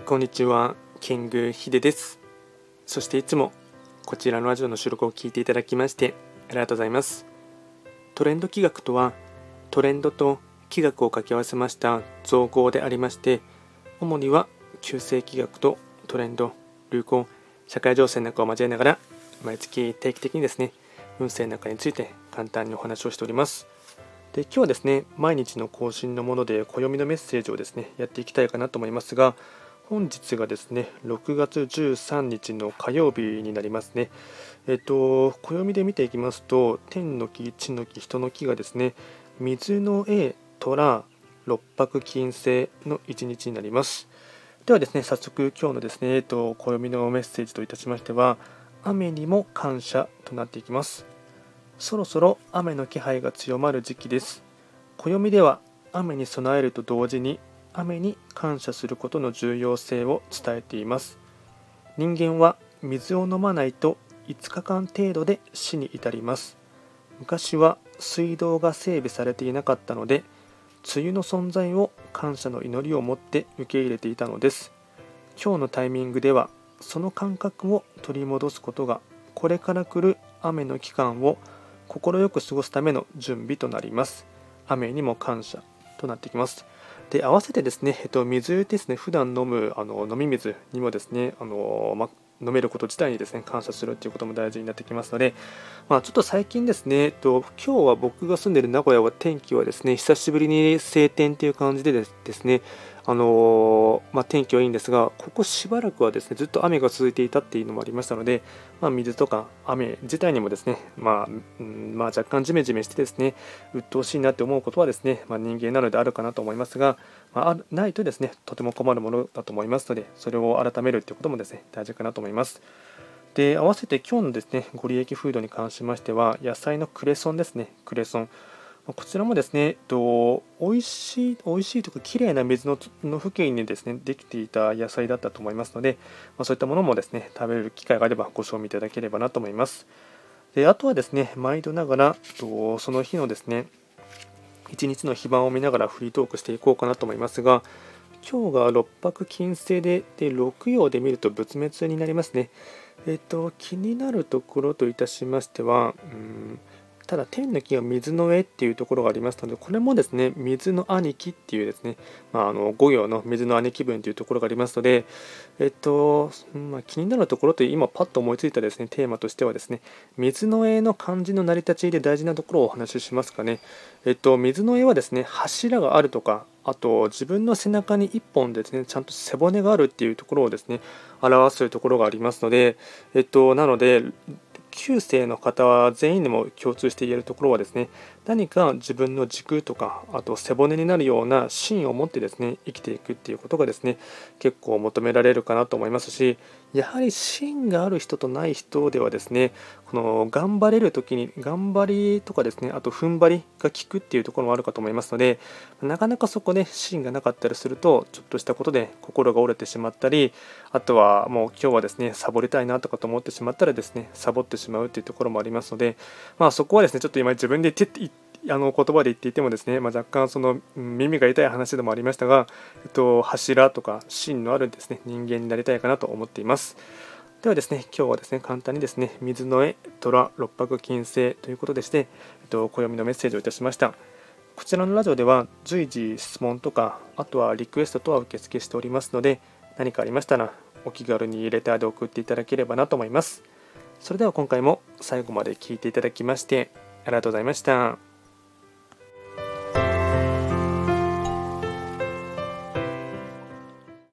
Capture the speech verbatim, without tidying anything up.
こんにちは、キングヒデです。そしていつもこちらのラジオの収録を聞いていただきましてありがとうございます。トレンド企画とは、トレンドと企画を掛け合わせました造語でありまして、主には旧世企画とトレンド、流行、社会情勢なんかを交えながら、毎月定期的にですね、運勢なんかについて簡単にお話をしております。で、今日はですね、毎日の更新のもので暦のメッセージをですね、やっていきたいかなと思いますが、本日がですね、ろくがつじゅうさんにちの火曜日になりますね。えっと、暦で見ていきますと、天の木、地の木、人の木がですね、水の絵、虎、六白金星の一日になります。ではですね、早速今日のですね、えっと、暦のメッセージといたしましては、雨にも感謝となっていきます。そろそろ雨の気配が強まる時期です。暦では雨に備えると同時に雨に感謝することの重要性を伝えています。人間は水を飲まないといつかかん程度で死に至ります。昔は水道が整備されていなかったので、梅雨の存在を感謝の祈りを持って受け入れていたのです。今日のタイミングではその感覚を取り戻すことが、これから来る雨の期間を心よく過ごすための準備となります。雨にも感謝となってきます。で、合わせてですね、えっと、水ですね、普段飲むあの飲み水にもですね、あのま、飲めること自体にですね、感謝するということも大事になってきますので、まあ、ちょっと最近ですね、えっと、今日は僕が住んでいる名古屋は天気はですね、久しぶりに晴天という感じでですね、あのまあ、天気はいいんですが、ここしばらくはですね、ずっと雨が続いていたっていうのもありましたので、まあ、水とか雨自体にもですね、まあうんまあ、若干ジメジメしてですね、鬱陶しいなって思うことはですね、まあ、人間なのであるかなと思いますが、まあ、ないとですね、とても困るものだと思いますので、それを改めるということもですね、大事かなと思います。で、合わせて今日のですね、ご利益フードに関しましては、野菜のクレソンですね、クレソン。こちらもですね、えっと、美味しい、美味しいというか、綺麗な水のの付近にですね、できていた野菜だったと思いますので、まあ、そういったものもですね、食べれる機会があればご賞味いただければなと思います。で、あとはですね、毎度ながら、とその日のですね、一日の非番を見ながらフリートークしていこうかなと思いますが、今日が六白金星で、で、六曜で見ると仏滅になりますね。えっと、気になるところといたしましては、うんただ天の木が水の上っていうところがありますので、これもですね、水の兄貴っていうですね、まあ、あの五行の水の兄貴分というところがありますので、えっと、まあ、気になるところという今パッと思いついたですね、テーマとしてはですね、水の絵の漢字の成り立ちで大事なところをお話ししますかね。えっと、水の絵はですね、柱があるとか、あと自分の背中にいっぽんですね、ちゃんと背骨があるっていうところをですね、表すところがありますので、えっと、なので、旧世の方は全員でも共通して言えるところはですね、何か自分の軸とか、あと背骨になるような芯を持ってですね、生きていくっていうことがですね、結構求められるかなと思いますし、やはり芯がある人とない人ではですね、この頑張れる時に頑張りとかですね、あと踏ん張りが効くっていうところもあるかと思いますので、なかなかそこで芯がなかったりすると、ちょっとしたことで心が折れてしまったり、あとはもう今日はですね、サボりたいなとかと思ってしまったらですね、サボってしまうっていうところもありますので、まあそこはですね、ちょっと今自分で言ってあの言葉で言っていてもですね、まあ、若干その耳が痛い話でもありましたが、えっと、柱とか芯のあるですね、人間になりたいかなと思っています。ではですね、今日はですね、簡単にですね、水の絵、虎、六白金星ということでして、えっと、暦のメッセージをいたしました。こちらのラジオでは随時質問とか、あとはリクエストとは受付しておりますので、何かありましたらお気軽にレターで送っていただければなと思います。それでは今回も最後まで聞いていただきましてありがとうございました。